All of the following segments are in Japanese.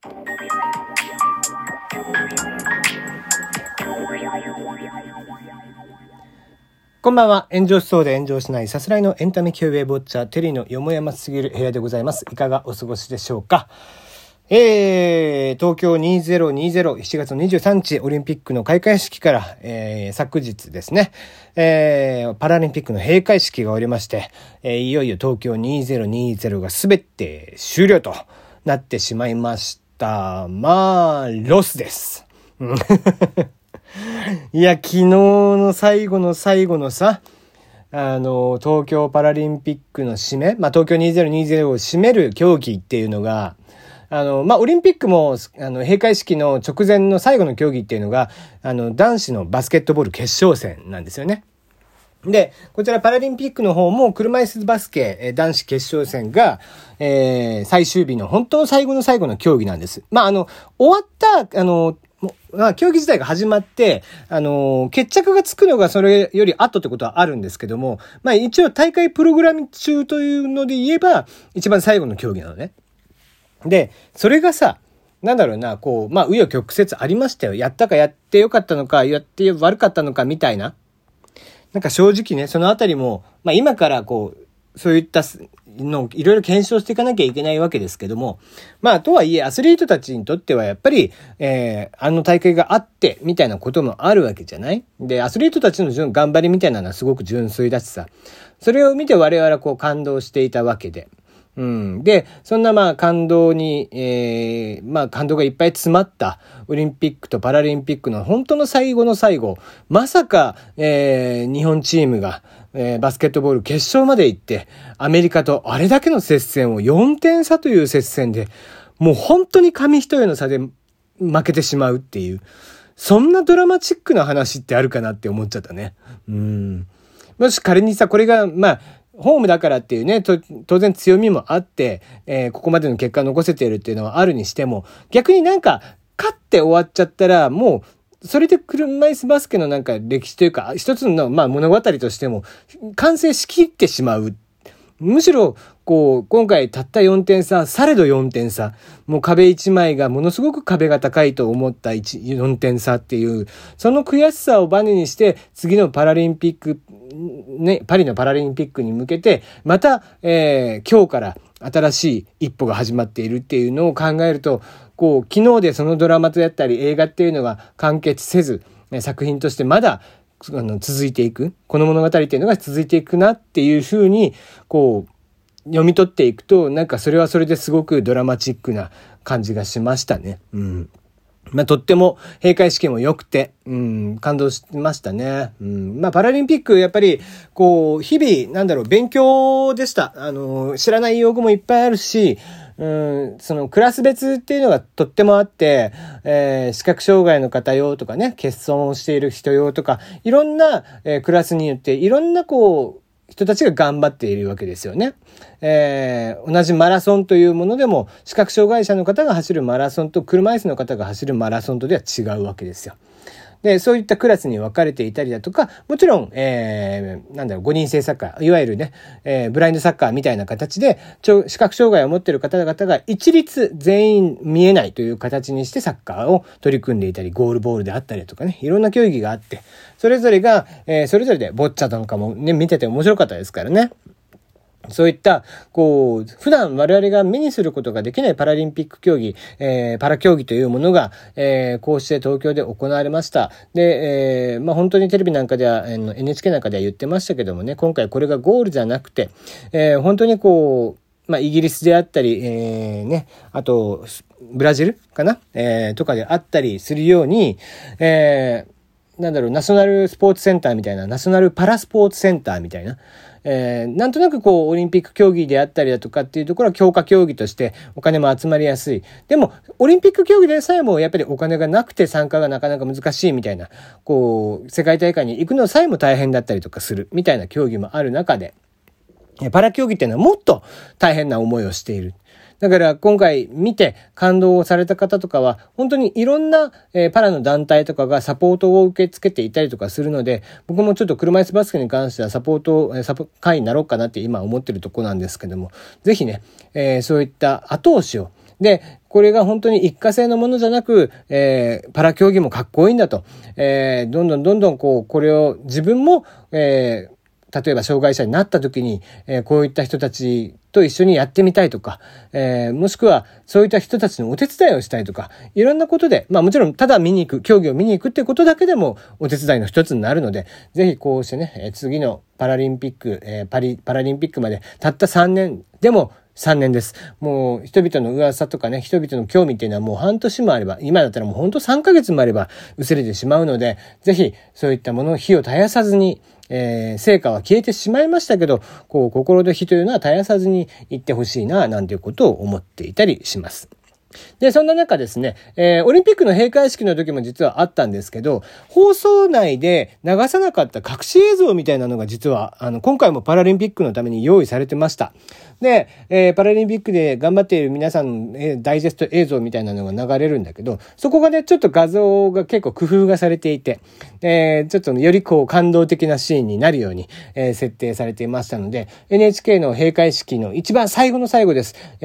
こんばんは。炎上しそうで炎上しないさすらいのエンタメ共栄ボッチャーテリーのよもやますぎる部屋でございます。いかがお過ごしでしょうか。東京2020 7月23日オリンピックの開会式から、昨日ですね、パラリンピックの閉会式が終わりまして、いよいよ東京2020がすべて終了となってしまいました。まあロスです。いや、昨日の最後の最後のさ、東京パラリンピックの締め、東京2020を締める競技っていうのが、オリンピックも、閉会式の直前の最後の競技っていうのが、男子のバスケットボール決勝戦なんですよね。で、こちらパラリンピックの方も車椅子バスケ男子決勝戦が、最終日の本当の最後の最後の競技なんです。終わった、競技自体が始まって、決着がつくのがそれより後ってことはあるんですけども、一応大会プログラム中というので言えば、一番最後の競技なのね。で、それがさ、紆余曲折ありましたよ。やったかやってよかったのか、やって悪かったのかみたいな。正直ね、そのあたりも、今からそういったのをいろいろ検証していかなきゃいけないわけですけども、とはいえアスリートたちにとってはやっぱり、あの大会があってみたいなこともあるわけじゃない？で、アスリートたちの頑張りみたいなのはすごく純粋だしさ、それを見て我々は感動していたわけで、で、そんな感動に、感動がいっぱい詰まったオリンピックとパラリンピックの本当の最後の最後、まさか、日本チームが、バスケットボール決勝まで行って、アメリカとあれだけの接戦を4点差という接戦で、もう本当に紙一重の差で負けてしまうっていう、そんなドラマチックな話ってあるかなって思っちゃったね。もし仮にさ、これが、ホームだからっていうね、当然強みもあって、ここまでの結果を残せているっていうのはあるにしても、逆に勝って終わっちゃったら、もう、それで車椅子バスケの歴史というか、一つの物語としても、完成しきってしまう。むしろ、今回たった4点差、されど4点差。もう壁1枚がものすごく壁が高いと思った4点差っていう、その悔しさをバネにして、次のパラリンピック、パリのパラリンピックに向けて、また、今日から新しい一歩が始まっているっていうのを考えると、昨日でそのドラマだったり映画っていうのが完結せず、作品としてまだ続いていく、この物語っていうのが続いていくなっていうふうに読み取っていくと、それはそれですごくドラマチックな感じがしましたね。とっても閉会式も良くて、感動しましたね。パラリンピック、やっぱり、日々、勉強でした。知らない用語もいっぱいあるし、そのクラス別っていうのがとってもあって、視覚障害の方用とかね、欠損をしている人用とか、いろんな、クラスによって、いろんな人たちが頑張っているわけですよね。同じマラソンというものでも、視覚障害者の方が走るマラソンと車椅子の方が走るマラソンとでは違うわけですよ。で、そういったクラスに分かれていたりだとか、もちろん、5人制サッカー、いわゆるね、ブラインドサッカーみたいな形で、視覚障害を持っている方々が一律全員見えないという形にしてサッカーを取り組んでいたり、ゴールボールであったりとかね、いろんな競技があって、それぞれが、それぞれでボッチャなんかもね、見てて面白かったですからね。そういった、普段我々が目にすることができないパラリンピック競技、パラ競技というものが、こうして東京で行われました。で、本当にテレビなんかでは、NHK なんかでは言ってましたけどもね、今回これがゴールじゃなくて、本当にイギリスであったり、あと、ブラジルかな、とかであったりするように、ナショナルスポーツセンターみたいな、ナショナルパラスポーツセンターみたいな、なんとなくオリンピック競技であったりだとかっていうところは強化競技としてお金も集まりやすい。でも、オリンピック競技でさえもやっぱりお金がなくて参加がなかなか難しいみたいな、世界大会に行くのさえも大変だったりとかするみたいな競技もある中で、パラ競技っていうのはもっと大変な思いをしている。だから今回見て感動をされた方とかは本当にいろんなパラの団体とかがサポートを受け付けていたりとかするので、僕もちょっと車椅子バスケに関してはサポ会になろうかなって今思ってるとこなんですけども、ぜひね、そういった後押しをで、これが本当に一過性のものじゃなく、パラ競技もかっこいいんだと。どんどんこれを自分も、例えば障害者になった時に、こういった人たちと一緒にやってみたいとか、もしくはそういった人たちのお手伝いをしたいとか、いろんなことで、もちろんただ見に行く、競技を見に行くってことだけでもお手伝いの一つになるので、ぜひこうしてね、次のパラリンピック、パラリンピックまでたった3年でも3年です。もう人々の噂とかね、人々の興味っていうのはもう半年もあれば、今だったらもうほんと3ヶ月もあれば薄れてしまうので、ぜひそういったものを火を絶やさずに、成果は消えてしまいましたけど、こう心の火というのは絶やさずにいってほしいな、なんていうことを思っていたりします。で、そんな中ですね、オリンピックの閉会式の時も実はあったんですけど、放送内で流さなかった隠し映像みたいなのが実は、今回もパラリンピックのために用意されてました。で、パラリンピックで頑張っている皆さんの、ダイジェスト映像みたいなのが流れるんだけど、そこがね、ちょっと画像が結構工夫がされていて、ちょっとよりこう感動的なシーンになるように、設定されていましたので、NHK の閉会式の一番最後の最後です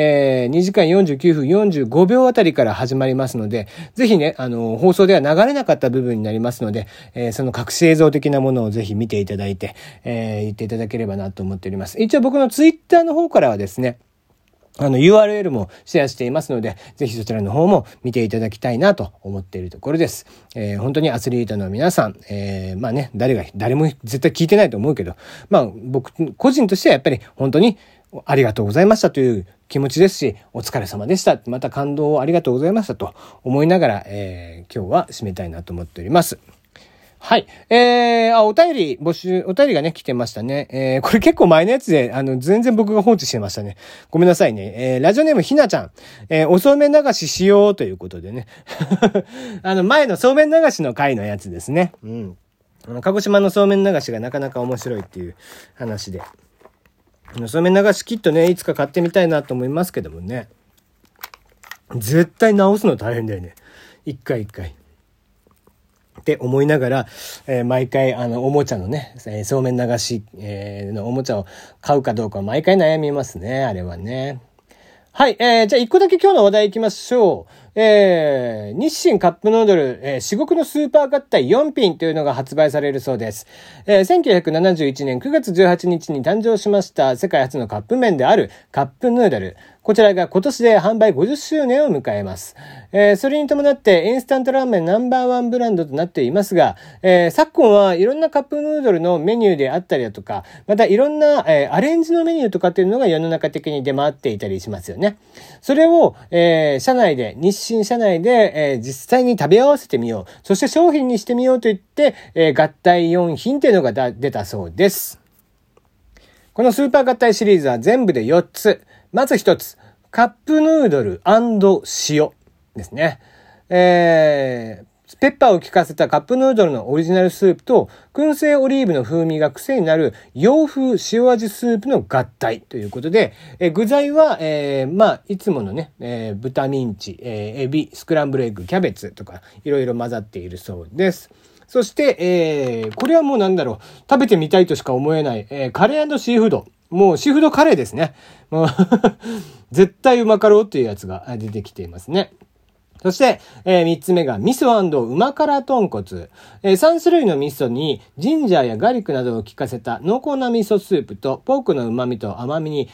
。2時間49分45秒あたりから始まりますので、ぜひね、放送では流れなかった部分になりますので、その隠し映像的なものをぜひ見ていただいて、言っていただければなと思っております。一応僕のツイッターの方からはですね、URL もシェアしていますので、ぜひそちらの方も見ていただきたいなと思っているところです。本当にアスリートの皆さん、誰も絶対聞いてないと思うけど、僕個人としてはやっぱり本当にありがとうございましたという気持ちですし、お疲れ様でした。また感動をありがとうございましたと思いながら、今日は締めたいなと思っております。はい。お便りがね、来てましたね。これ結構前のやつで、全然僕が放置してましたね。ごめんなさいね。ラジオネームひなちゃん。おそうめん流ししようということでね。前のそうめん流しの回のやつですね。うん。鹿児島のそうめん流しがなかなか面白いっていう話で。そうめん流しきっとね、いつか買ってみたいなと思いますけどもね。絶対直すの大変だよね。一回。って思いながら、毎回おもちゃのね、そうめん流し、のおもちゃを買うかどうか毎回悩みますね、あれはね。はい、じゃあ一個だけ今日の話題行きましょう。日清カップヌードル、至極のスーパー合体4品というのが発売されるそうです。1971年9月18日に誕生しました世界初のカップ麺であるカップヌードル。こちらが今年で販売50周年を迎えます。それに伴ってインスタントラーメンナンバーワンブランドとなっていますが、昨今はいろんなカップヌードルのメニューであったりだとか、またいろんな、アレンジのメニューとかっていうのが世の中的に出回っていたりしますよね。それを、日清社内で、実際に食べ合わせてみよう。そして商品にしてみようと言って、合体4品というのが出たそうです。このスーパー合体シリーズは全部で4つ。まず1つ、カップヌードル&塩ですね。ペッパーを効かせたカップヌードルのオリジナルスープと燻製オリーブの風味が癖になる洋風塩味スープの合体ということで、具材は、いつものね、豚ミンチ、エビ、スクランブルエッグ、キャベツとかいろいろ混ざっているそうです。そして、これはもう食べてみたいとしか思えない、カレー&シーフード。もうシーフードカレーですね。もう絶対うまかろうっていうやつが出てきていますね。そして、3つ目が味噌&うま辛豚骨。3種類の味噌にジンジャーやガーリックなどを効かせた濃厚な味噌スープとポークの旨味と甘みに、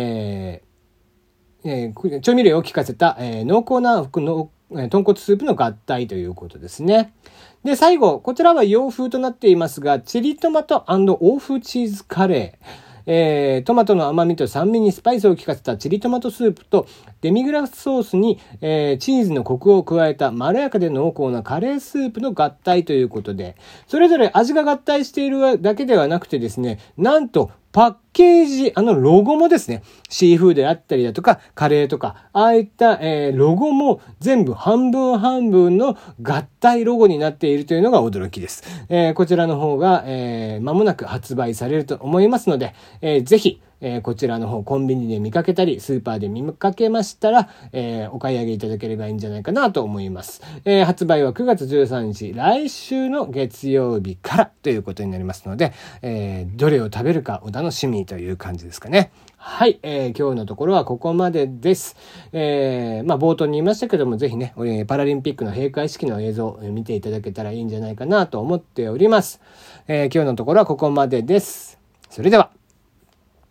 調味料を効かせた、濃厚な豚骨スープの合体ということですね。で、最後、こちらは洋風となっていますが、チリトマト&欧風チーズカレー。トマトの甘みと酸味にスパイスを効かせたチリトマトスープとデミグラスソースに、チーズのコクを加えたまろやかで濃厚なカレースープの合体ということで、それぞれ味が合体しているだけではなくてですね、なんとパッケージ、ロゴもですね、シーフードであったりだとか、カレーとか、ああいった、ロゴも全部半分半分の合体ロゴになっているというのが驚きです。こちらの方が、間もなく発売されると思いますので、ぜひ、こちらの方コンビニで見かけたりスーパーで見かけましたら、お買い上げいただければいいんじゃないかなと思います。発売は9月13日来週の月曜日からということになりますので、どれを食べるかお楽しみみという感じですかね。はい、今日のところはここまでです。冒頭に言いましたけども、ぜひね、パラリンピックの閉会式の映像を見ていただけたらいいんじゃないかなと思っております。今日のところはここまでです。それでは。